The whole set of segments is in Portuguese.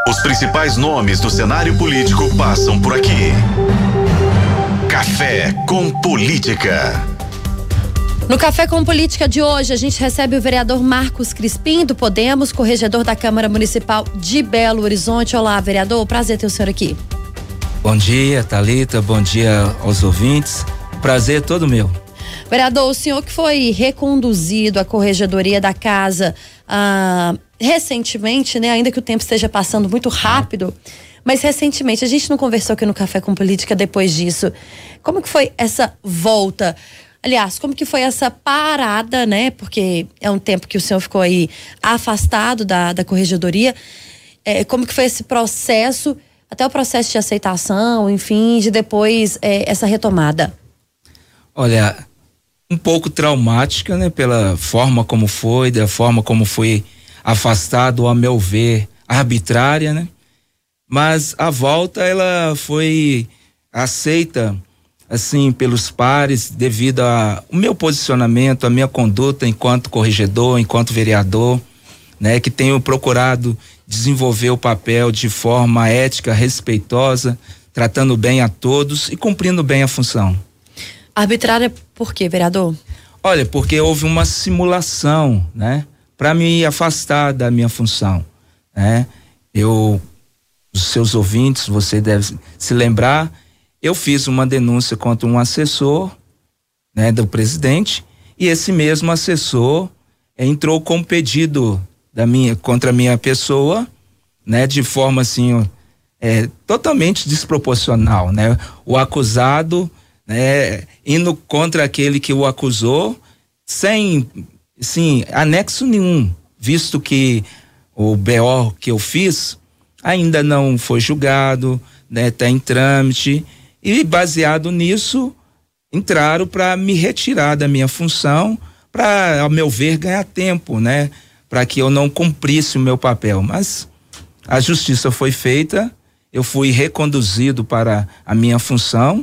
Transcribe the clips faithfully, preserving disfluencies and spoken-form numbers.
Os principais nomes do cenário político passam por aqui. Café com Política. No Café com Política de hoje, a gente recebe o vereador Marcos Crispim, do Podemos, corregedor da Câmara Municipal de Belo Horizonte. Olá, vereador, prazer ter o senhor aqui. Bom dia, Thalita, bom dia aos ouvintes. Prazer todo meu. Vereador, o senhor que foi reconduzido à corregedoria da casa ah, recentemente, né? Ainda que o tempo esteja passando muito rápido, mas recentemente, a gente não conversou aqui no Café com Política depois disso. Como que foi essa volta? Aliás, como que foi essa parada, né? Porque é um tempo que o senhor ficou aí afastado da, da corregedoria. É, como que foi esse processo, até o processo de aceitação, enfim, de depois é, essa retomada? Olha, um pouco traumática, né? Pela forma como foi, da forma como foi afastado, a meu ver, arbitrária, né? Mas a volta, ela foi aceita assim, pelos pares, devido ao meu posicionamento, a minha conduta enquanto corregedor, enquanto vereador, né, que tenho procurado desenvolver o papel de forma ética, respeitosa, tratando bem a todos e cumprindo bem a função. Arbitrária por quê, vereador? Olha, porque houve uma simulação, né, para me afastar da minha função, né? Eu, os seus ouvintes, você deve se lembrar, eu fiz uma denúncia contra um assessor, né, do presidente, e esse mesmo assessor eh, entrou com um pedido da minha, contra a minha pessoa, né, de forma assim, eh, totalmente desproporcional, né? O acusado, né, indo contra aquele que o acusou, sem, assim, anexo nenhum, visto que o B O que eu fiz ainda não foi julgado, né, tá em trâmite. E baseado nisso, entraram para me retirar da minha função, para, ao meu ver, ganhar tempo, né? Para que eu não cumprisse o meu papel. Mas a justiça foi feita, eu fui reconduzido para a minha função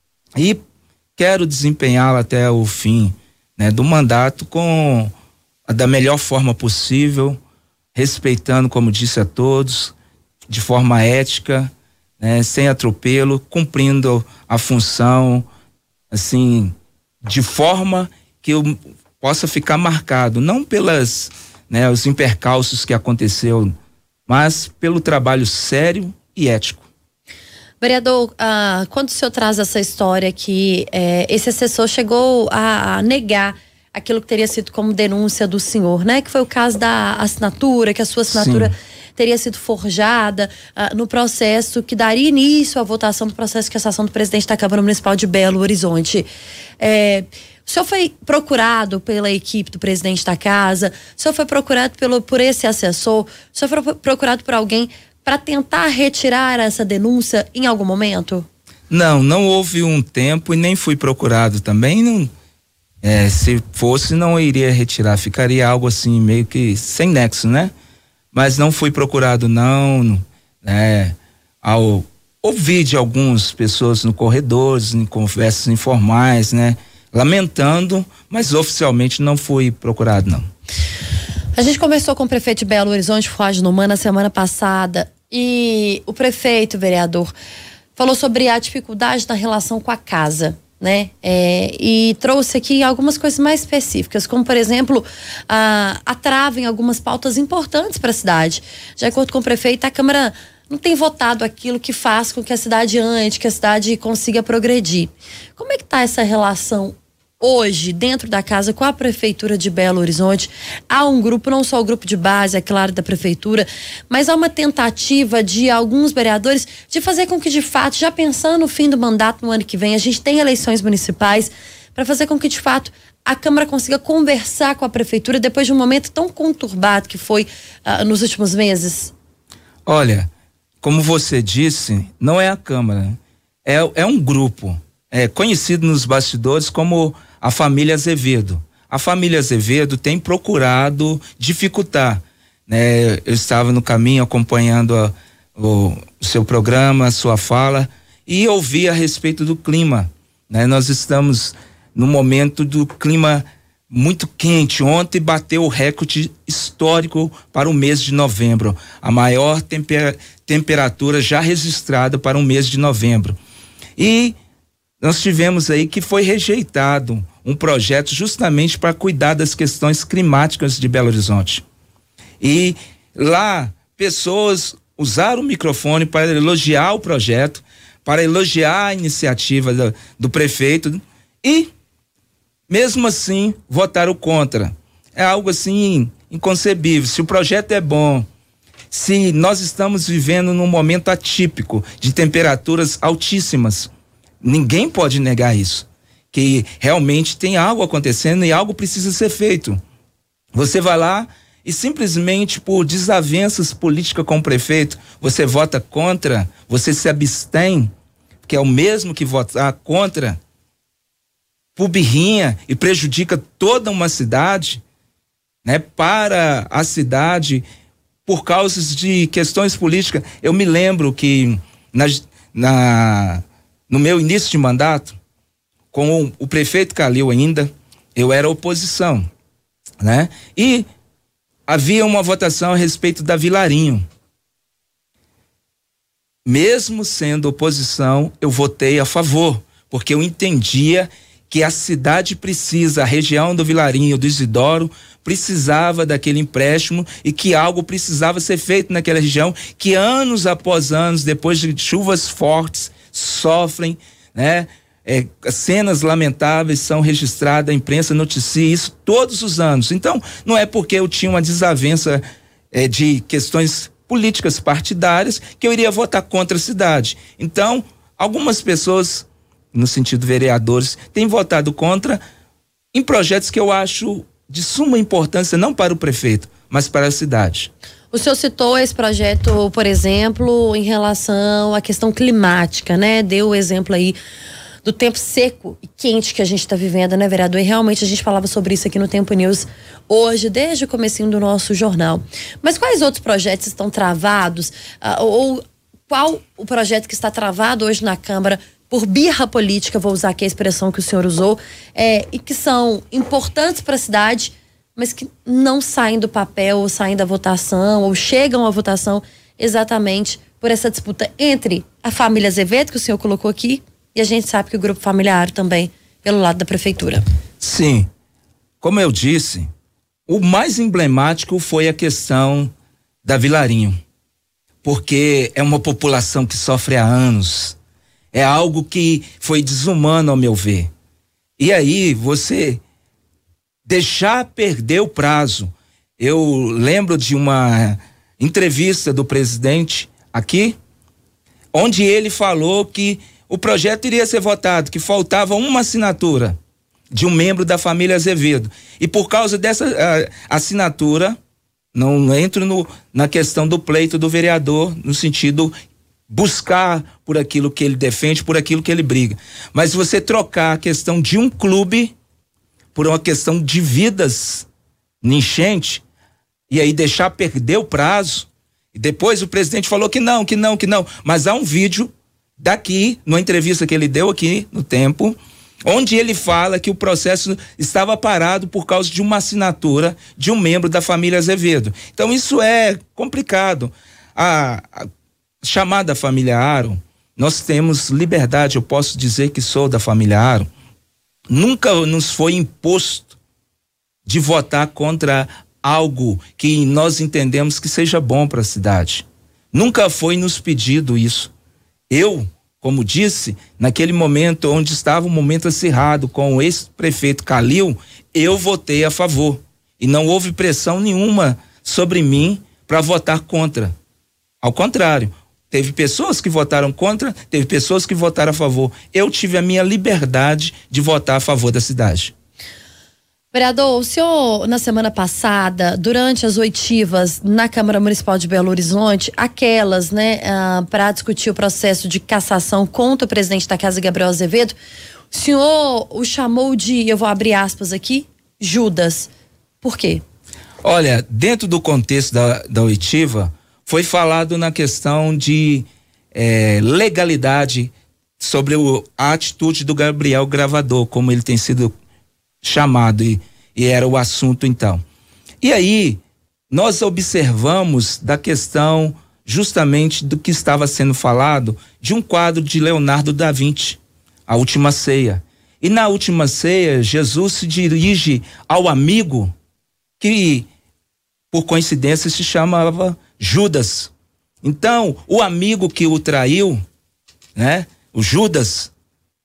e quero desempenhá-la até o fim, né, do mandato com da melhor forma possível, respeitando, como disse a todos, de forma ética, né, sem atropelo, cumprindo a função, assim, de forma que eu possa ficar marcado, não pelas, né, os impercalços que aconteceu, mas pelo trabalho sério e ético. Vereador, ah, quando o senhor traz essa história que eh, esse assessor chegou a, a negar aquilo que teria sido como denúncia do senhor, né? Que foi o caso da assinatura, que a sua assinatura Sim. teria sido forjada uh, no processo que daria início à votação do processo de cassação do presidente da Câmara Municipal de Belo Horizonte. É, o senhor foi procurado pela equipe do presidente da casa, o senhor foi procurado pelo, por esse assessor, o senhor foi procurado por alguém para tentar retirar essa denúncia em algum momento? Não, não houve um tempo e nem fui procurado também, não. É, se fosse, não iria retirar, ficaria algo assim meio que sem nexo, né? Mas não fui procurado não, né? Ao ouvir de algumas pessoas no corredor, em conversas informais, né? Lamentando, mas oficialmente não fui procurado não. A gente conversou com o prefeito de Belo Horizonte, Fágio Numan, na semana passada, e o prefeito, vereador, falou sobre a dificuldade da relação com a casa, né? É, e trouxe aqui algumas coisas mais específicas, como por exemplo a, a trava em algumas pautas importantes para a cidade. De acordo com o prefeito, a Câmara não tem votado aquilo que faz com que a cidade ande, que a cidade consiga progredir. Como é que está essa relação hoje dentro da casa com a Prefeitura de Belo Horizonte? Há um grupo, não só o grupo de base, é claro, da Prefeitura, mas há uma tentativa de alguns vereadores de fazer com que, de fato, já pensando no fim do mandato no ano que vem, a gente tem eleições municipais, para fazer com que, de fato, a Câmara consiga conversar com a Prefeitura depois de um momento tão conturbado que foi uh, nos últimos meses? Olha, como você disse, não é a Câmara, é, é um grupo, é conhecido nos bastidores como a família Azevedo. A família Azevedo tem procurado dificultar, né? Eu estava no caminho acompanhando a, o, o seu programa, a sua fala, e ouvi a respeito do clima, né? Nós estamos no momento do clima muito quente. Ontem bateu o recorde histórico para o mês de novembro, a maior temper, temperatura já registrada para o mês de novembro. E nós tivemos aí que foi rejeitado um projeto justamente para cuidar das questões climáticas de Belo Horizonte. E lá, pessoas usaram o microfone para elogiar o projeto, para elogiar a iniciativa do, do prefeito e, mesmo assim, votaram contra. É algo assim inconcebível. Se o projeto é bom, se nós estamos vivendo num momento atípico de temperaturas altíssimas, ninguém pode negar isso, que realmente tem algo acontecendo e algo precisa ser feito. Você vai lá e simplesmente por desavenças políticas com o prefeito, você vota contra, você se abstém, que é o mesmo que votar contra, por birrinha, e prejudica toda uma cidade, né? Para a cidade, por causa de questões políticas. Eu me lembro que na, na, no meu início de mandato, com o, o prefeito Calil ainda, eu era oposição, né? E havia uma votação a respeito da Vilarinho. Mesmo sendo oposição, eu votei a favor, porque eu entendia que a cidade precisa, a região do Vilarinho, do Isidoro, precisava daquele empréstimo e que algo precisava ser feito naquela região, que anos após anos, depois de chuvas fortes, sofrem, né? É, cenas lamentáveis são registradas, a imprensa noticia isso todos os anos. Então, não é porque eu tinha uma desavença é, de questões políticas partidárias que eu iria votar contra a cidade. Então, algumas pessoas, no sentido vereadores, têm votado contra em projetos que eu acho de suma importância, não para o prefeito, mas para a cidade. O senhor citou esse projeto, por exemplo, em relação à questão climática, né? Deu o exemplo aí do tempo seco e quente que a gente está vivendo, né, vereador? E realmente a gente falava sobre isso aqui no Tempo News hoje, desde o comecinho do nosso jornal. Mas quais outros projetos estão travados? Uh, ou qual o projeto que está travado hoje na Câmara por birra política, vou usar aqui a expressão que o senhor usou, é, e que são importantes para a cidade, mas que não saem do papel, ou saem da votação, ou chegam à votação exatamente por essa disputa entre a família Azevedo, que o senhor colocou aqui, e a gente sabe que o grupo familiar também, pelo lado da prefeitura. Sim, como eu disse, o mais emblemático foi a questão da Vilarinho, porque é uma população que sofre há anos, é algo que foi desumano ao meu ver. E aí você deixar perder o prazo. Eu lembro de uma entrevista do presidente aqui, onde ele falou que o projeto iria ser votado, que faltava uma assinatura de um membro da família Azevedo. E por causa dessa uh, assinatura, não entro no, na questão do pleito do vereador, no sentido buscar por aquilo que ele defende, por aquilo que ele briga. Mas você trocar a questão de um clube por uma questão de vidas enchente, e aí deixar perder o prazo, e depois o presidente falou que não, que não, que não, mas há um vídeo daqui, numa entrevista que ele deu aqui no Tempo, onde ele fala que o processo estava parado por causa de uma assinatura de um membro da família Azevedo. Então isso é complicado. A, a chamada família Aro, nós temos liberdade, eu posso dizer que sou da família Aro, nunca nos foi imposto de votar contra algo que nós entendemos que seja bom para a cidade. Nunca foi nos pedido isso. Eu, como disse, naquele momento onde estava um momento acirrado com o ex-prefeito Calil, eu votei a favor. E não houve pressão nenhuma sobre mim para votar contra. Ao contrário, teve pessoas que votaram contra, teve pessoas que votaram a favor. Eu tive a minha liberdade de votar a favor da cidade. Vereador, o senhor, na semana passada, durante as oitivas na Câmara Municipal de Belo Horizonte, aquelas, né, ah, para discutir o processo de cassação contra o presidente da Casa, Gabriel Azevedo, o senhor o chamou de, eu vou abrir aspas aqui, Judas. Por quê? Olha, dentro do contexto da, da oitiva, foi falado na questão de eh, legalidade sobre o, a atitude do Gabriel Gravador, como ele tem sido chamado, e, E era o assunto então. E aí, nós observamos da questão justamente do que estava sendo falado de um quadro de Leonardo da Vinci, A Última Ceia. E na Última Ceia, Jesus se dirige ao amigo que, por coincidência, se chamava Judas. Então, o amigo que o traiu, né, o Judas,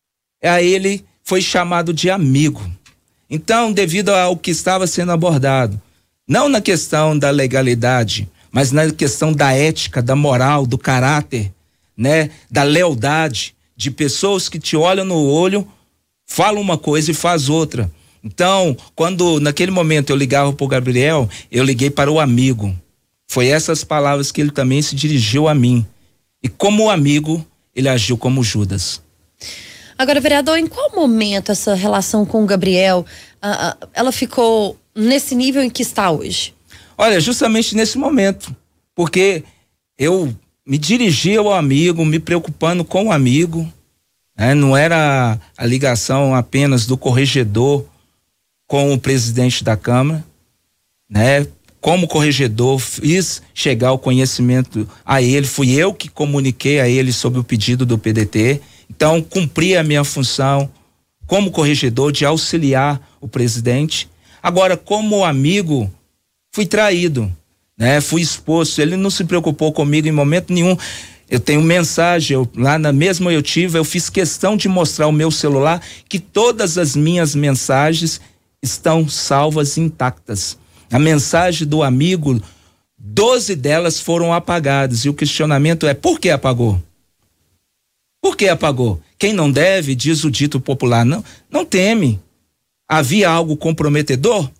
a ele foi chamado de amigo. Então, devido ao que estava sendo abordado, não na questão da legalidade, mas na questão da ética, da moral, do caráter, né, da lealdade, de pessoas que te olham no olho, falam uma coisa e faz outra. Então, quando naquele momento eu ligava para o Gabriel, eu liguei para o amigo. Foi essas palavras que ele também se dirigiu a mim. E como amigo, ele agiu como Judas. Agora, vereador, em qual momento essa relação com o Gabriel, uh, uh, ela ficou nesse nível em que está hoje? Olha, justamente nesse momento, porque eu me dirigi ao amigo, me preocupando com o amigo, né? Não era a ligação apenas do corregedor com o presidente da Câmara, né? Como corregedor, fiz chegar o conhecimento a ele, fui eu que comuniquei a ele sobre o pedido do P D T, então cumpri a minha função como corregedor de auxiliar o presidente. Agora, como amigo, fui traído, né? Fui exposto, ele não se preocupou comigo em momento nenhum. Eu tenho mensagem, eu, lá na mesma eu tive, eu fiz questão de mostrar o meu celular que todas as minhas mensagens estão salvas e intactas. A mensagem do amigo, doze delas foram apagadas e o questionamento é: por que apagou? Por que apagou? Quem não deve, diz o dito popular, não, não teme. Havia algo comprometedor?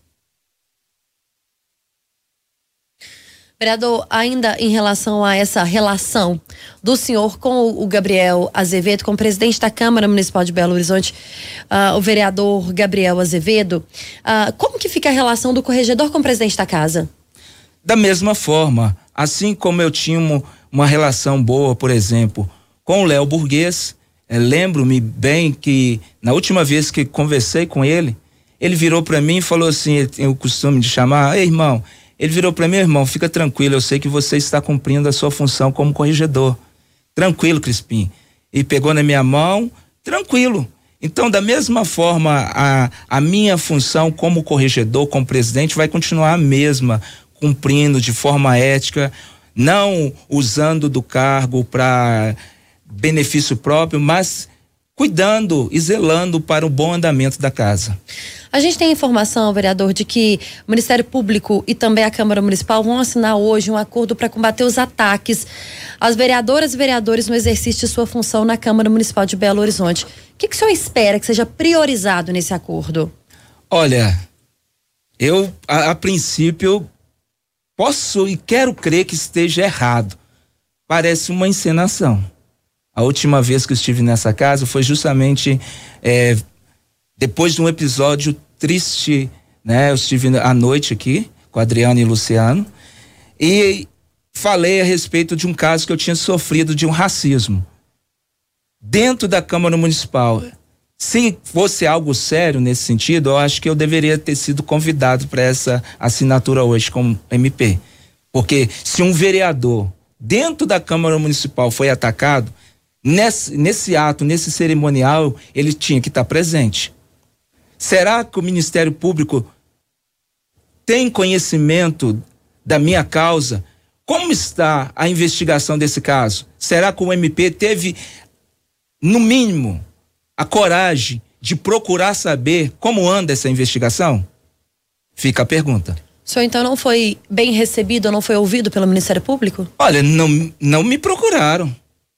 Vereador, ainda em relação a essa relação do senhor com o Gabriel Azevedo, com o presidente da Câmara Municipal de Belo Horizonte, uh, o vereador Gabriel Azevedo, uh, como que fica a relação do corregedor com o presidente da casa? Da mesma forma, assim como eu tinha uma, uma relação boa, por exemplo, com o Léo Burguês, eh, lembro-me bem que na última vez que conversei com ele, ele virou para mim e falou assim, ele tem o costume de chamar: ei, irmão, ele virou para mim: irmão, fica tranquilo, eu sei que você está cumprindo a sua função como corregedor. Tranquilo, Crispim. E pegou na minha mão, tranquilo. Então, da mesma forma, a, a minha função como corregedor, como presidente, vai continuar a mesma, cumprindo de forma ética, não usando do cargo para benefício próprio, mas cuidando e zelando para o bom andamento da casa. A gente tem informação, vereador, de que o Ministério Público e também a Câmara Municipal vão assinar hoje um acordo para combater os ataques às vereadoras e vereadores no exercício de sua função na Câmara Municipal de Belo Horizonte. O que, que o senhor espera que seja priorizado nesse acordo? Olha, eu, a, a princípio, posso e quero crer que esteja errado. Parece uma encenação. A última vez que eu estive nessa casa foi justamente é, depois de um episódio triste, né? Eu estive à noite aqui com Adriano e Luciano e falei a respeito de um caso que eu tinha sofrido de um racismo dentro da Câmara Municipal. Se fosse algo sério nesse sentido, eu acho que eu deveria ter sido convidado para essa assinatura hoje como M P, porque se um vereador dentro da Câmara Municipal foi atacado, Nesse, nesse ato, nesse cerimonial, ele tinha que estar presente. Será que o Ministério Público tem conhecimento da minha causa? Como está a investigação desse caso? Será que o M P teve, no mínimo, a coragem de procurar saber como anda essa investigação? Fica a pergunta. O senhor então não foi bem recebido ou não foi ouvido pelo Ministério Público? Olha, não, não me procuraram.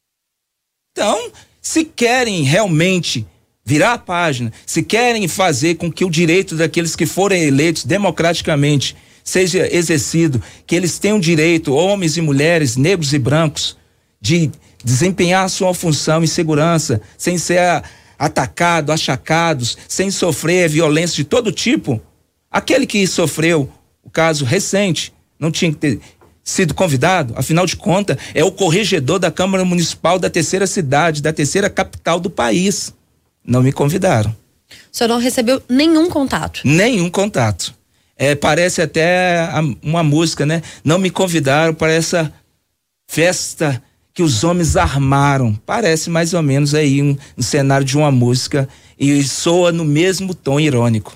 Então, se querem realmente virar a página, se querem fazer com que o direito daqueles que forem eleitos democraticamente seja exercido, que eles tenham direito, homens e mulheres, negros e brancos, de desempenhar a sua função em segurança, sem ser atacados, achacados, sem sofrer violência de todo tipo, aquele que sofreu o caso recente não tinha que ter sido convidado. Afinal de contas, é o corregedor da Câmara Municipal da terceira cidade, da terceira capital do país. Não me convidaram. O senhor não recebeu nenhum contato? Nenhum contato. É, parece até a, uma música, né? Não me convidaram para essa festa que os homens armaram. Parece mais ou menos aí um, um cenário de uma música e soa no mesmo tom irônico.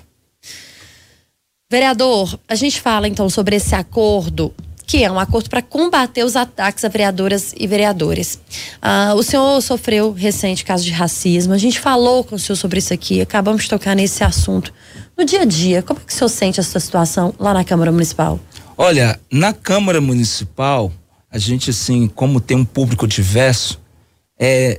Vereador, a gente fala então sobre esse acordo, que é um acordo para combater os ataques a vereadoras e vereadores. Ah, o senhor sofreu recente caso de racismo, a gente falou com o senhor sobre isso aqui, acabamos de tocar nesse assunto. No dia a dia, como é que o senhor sente essa situação lá na Câmara Municipal? Olha, na Câmara Municipal, a gente assim, como tem um público diverso, é,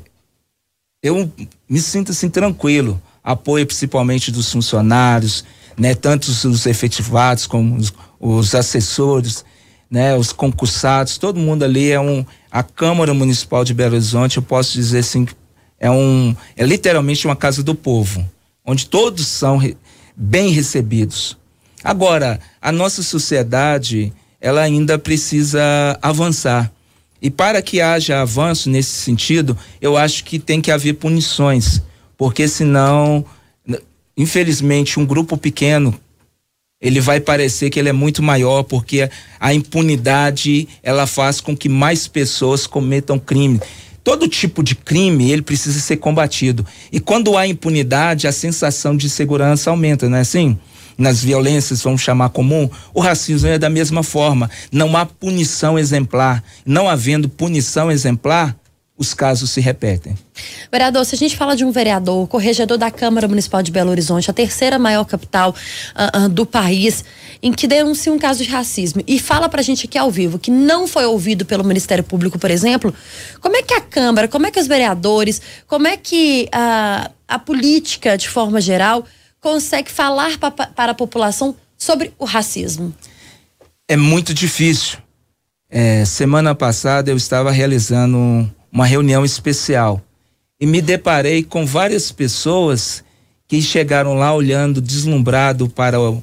eu me sinto assim tranquilo, apoio principalmente dos funcionários, né, tanto os efetivados como os, os assessores, né, os concursados, todo mundo ali é um, a Câmara Municipal de Belo Horizonte, eu posso dizer assim, é um, é literalmente uma casa do povo, onde todos são re, bem recebidos. Agora, a nossa sociedade, ela ainda precisa avançar. E para que haja avanço nesse sentido, eu acho que tem que haver punições, porque senão, infelizmente, um grupo pequeno, ele vai parecer que ele é muito maior, porque a impunidade, ela faz com que mais pessoas cometam crime. Todo tipo de crime, ele precisa ser combatido. E quando há impunidade, a sensação de segurança aumenta, não é assim? Nas violências, vamos chamar comum, o racismo é da mesma forma. Não há punição exemplar. Não havendo punição exemplar, os casos se repetem. Vereador, se a gente fala de um vereador, corregedor da Câmara Municipal de Belo Horizonte, a terceira maior capital uh, uh, do país, em que denuncia um caso de racismo e fala pra gente aqui ao vivo que não foi ouvido pelo Ministério Público, por exemplo, como é que a Câmara, como é que os vereadores, como é que uh, a política, de forma geral, consegue falar pa, para a população sobre o racismo? É muito difícil. É, semana passada eu estava realizando uma reunião especial e me deparei com várias pessoas que chegaram lá olhando deslumbrado para o,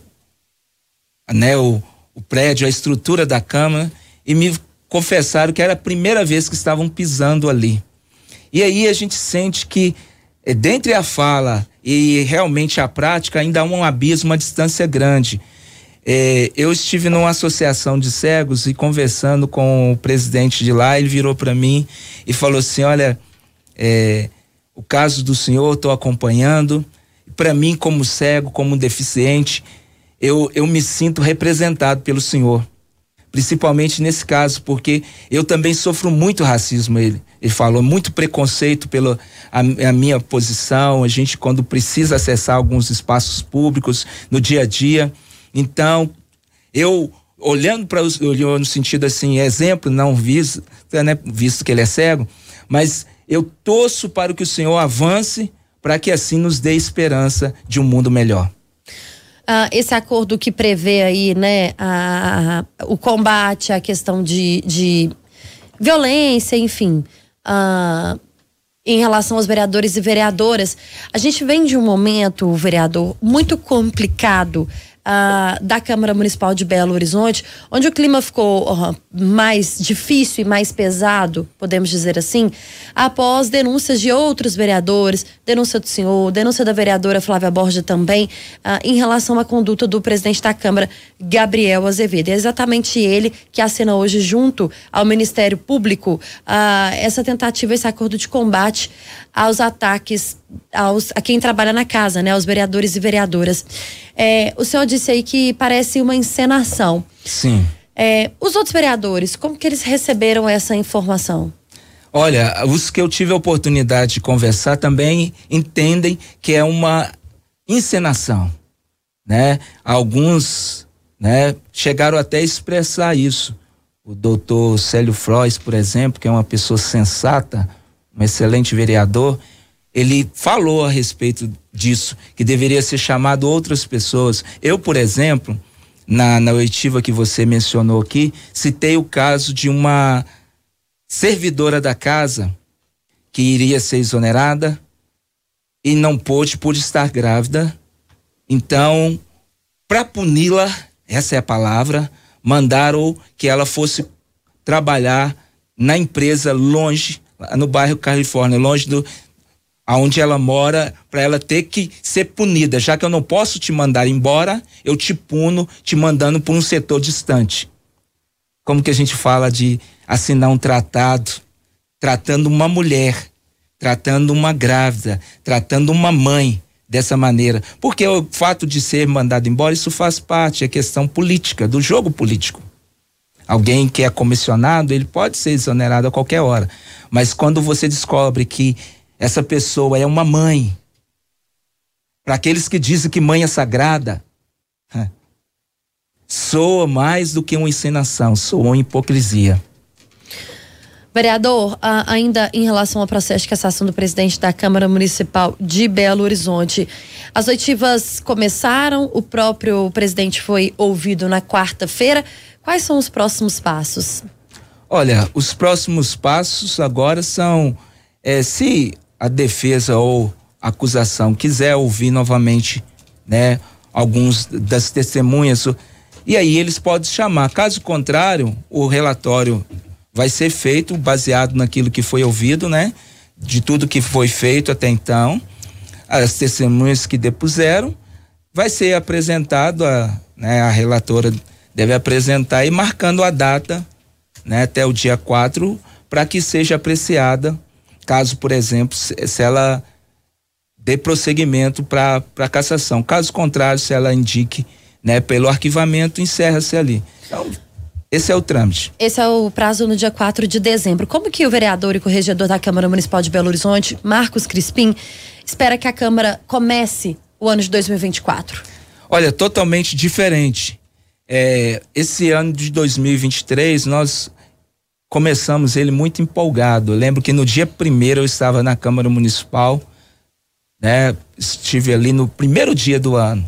né, o, o prédio, a estrutura da Câmara, e me confessaram que era a primeira vez que estavam pisando ali. E aí a gente sente que é, dentre a fala e realmente a prática ainda há um abismo, uma distância grande. É, eu estive numa associação de cegos e conversando com o presidente de lá, ele virou para mim e falou assim, olha, é, o caso do senhor estou acompanhando, para mim como cego, como deficiente, eu, eu me sinto representado pelo senhor, principalmente nesse caso, porque eu também sofro muito racismo, ele, ele falou, muito preconceito pela a, a minha posição, a gente quando precisa acessar alguns espaços públicos no dia a dia. Então, eu olhando para os, olhando no sentido assim, exemplo, não visto, né, visto que ele é cego, mas eu torço para que o senhor avance, para que assim nos dê esperança de um mundo melhor. Ah, esse acordo que prevê aí, né, a, a, o combate à questão de, de violência, enfim, ah, em relação aos vereadores e vereadoras, a gente vem de um momento, vereador, muito complicado, Uh, da Câmara Municipal de Belo Horizonte, onde o clima ficou uh, mais difícil e mais pesado, podemos dizer assim, após denúncias de outros vereadores, denúncia do senhor, denúncia da vereadora Flávia Borja também, uh, em relação à conduta do presidente da Câmara, Gabriel Azevedo. É exatamente ele que assina hoje, junto ao Ministério Público, uh, essa tentativa, esse acordo de combate aos ataques aos, a quem trabalha na casa, né, aos vereadores e vereadoras. É, o senhor disse aí que parece uma encenação. Sim. É, os outros vereadores, como que eles receberam essa informação? Olha, os que eu tive a oportunidade de conversar também entendem que é uma encenação, né? Alguns, né, chegaram até a expressar isso. O doutor Célio Frois, por exemplo, que é uma pessoa sensata, um excelente vereador, ele falou a respeito disso, que deveria ser chamado outras pessoas. Eu, por exemplo, na, na oitiva que você mencionou aqui, citei o caso de uma servidora da casa que iria ser exonerada e não pôde por estar grávida. Então, para puni-la, essa é a palavra, mandaram que ela fosse trabalhar na empresa longe, no bairro Califórnia, longe do aonde ela mora, para ela ter que ser punida. Já que eu não posso te mandar embora, eu te puno te mandando para um setor distante. Como que a gente fala de assinar um tratado, tratando uma mulher, tratando uma grávida, tratando uma mãe dessa maneira? Porque o fato de ser mandado embora, isso faz parte, é questão política, do jogo político. Alguém que é comissionado, ele pode ser exonerado a qualquer hora. Mas quando você descobre que essa pessoa é uma mãe, para aqueles que dizem que mãe é sagrada, soa mais do que uma encenação, soa uma hipocrisia. Vereador, ainda em relação ao processo de cassação do presidente da Câmara Municipal de Belo Horizonte, as oitivas começaram, o próprio presidente foi ouvido na quarta-feira. Quais são os próximos passos? Olha, os próximos passos agora são, é, se a defesa ou a acusação quiser ouvir novamente, né, alguns das testemunhas, e aí eles podem chamar. Caso contrário, o relatório vai ser feito baseado naquilo que foi ouvido, né? De tudo que foi feito até então, as testemunhas que depuseram, vai ser apresentado, a, né, a relatora deve apresentar e marcando a data, né, até o dia quatro, para que seja apreciada, caso, por exemplo, se, se ela dê prosseguimento para a cassação. Caso contrário, se ela indique, né, pelo arquivamento, encerra-se ali. Então, esse é o trâmite. Esse é o prazo no dia quatro de dezembro. Como que o vereador e corregedor da Câmara Municipal de Belo Horizonte, Marcos Crispim, espera que a Câmara comece o ano de dois mil e vinte e quatro? Olha, totalmente diferente. É, esse ano de dois mil e vinte e três, nós começamos ele muito empolgado. Eu lembro que no dia primeiro eu estava na Câmara Municipal, né? Estive ali no primeiro dia do ano.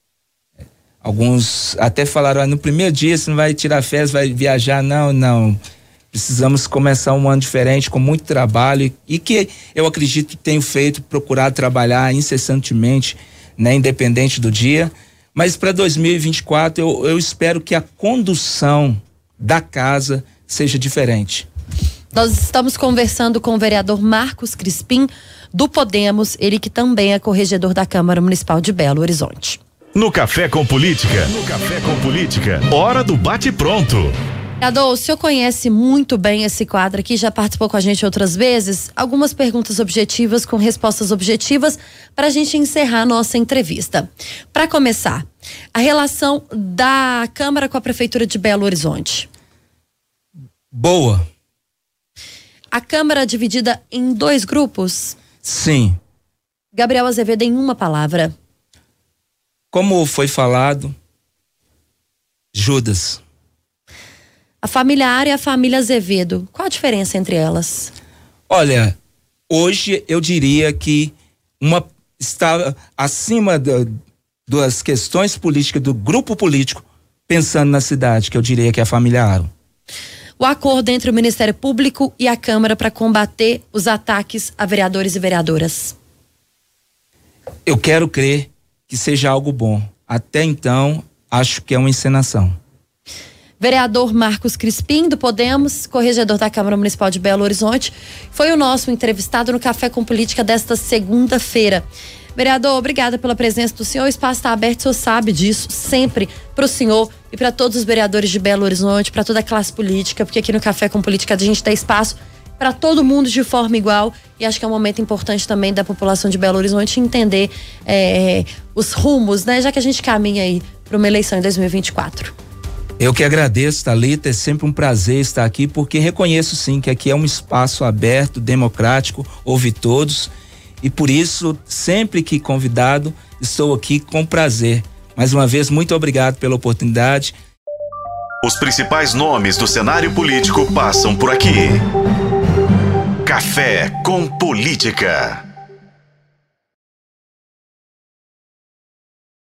Alguns até falaram, ah, no primeiro dia você não vai tirar férias, vai viajar. Não, não. Precisamos começar um ano diferente, com muito trabalho, e que eu acredito tenho feito, procurado trabalhar incessantemente, né, independente do dia. Mas para dois mil e vinte e quatro eu, eu espero que a condução da casa seja diferente. Nós estamos conversando com o vereador Marcos Crispim, do Podemos, ele que também é corregedor da Câmara Municipal de Belo Horizonte. No Café com Política, no Café com Política, hora do bate-pronto. Vereador, o senhor conhece muito bem esse quadro aqui, já participou com a gente outras vezes. Algumas perguntas objetivas com respostas objetivas para a gente encerrar a nossa entrevista. Para começar, a relação da Câmara com a Prefeitura de Belo Horizonte. Boa. A Câmara dividida em dois grupos? Sim. Gabriel Azevedo, em uma palavra. Como foi falado, Judas. A família Ara e a família Azevedo, qual a diferença entre elas? Olha, hoje eu diria que uma está acima do, das questões políticas do grupo político, pensando na cidade, que eu diria que é a família Aro. O acordo entre o Ministério Público e a Câmara para combater os ataques a vereadores e vereadoras. Eu quero crer que seja algo bom. Até então, acho que é uma encenação. Vereador Marcos Crispim, do Podemos, corregedor da Câmara Municipal de Belo Horizonte, foi o nosso entrevistado no Café com Política desta segunda-feira. Vereador, obrigada pela presença do senhor. O espaço está aberto, o senhor sabe disso, sempre para o senhor e para todos os vereadores de Belo Horizonte, para toda a classe política, porque aqui no Café com Política a gente dá espaço para todo mundo de forma igual, e acho que é um momento importante também da população de Belo Horizonte entender é, os rumos, né? Já que a gente caminha aí para uma eleição em dois mil e vinte e quatro. Eu que agradeço, Thalita, é sempre um prazer estar aqui, porque reconheço sim que aqui é um espaço aberto, democrático, ouve todos, e por isso, sempre que convidado, estou aqui com prazer. Mais uma vez, muito obrigado pela oportunidade. Os principais nomes do cenário político passam por aqui. Café com Política.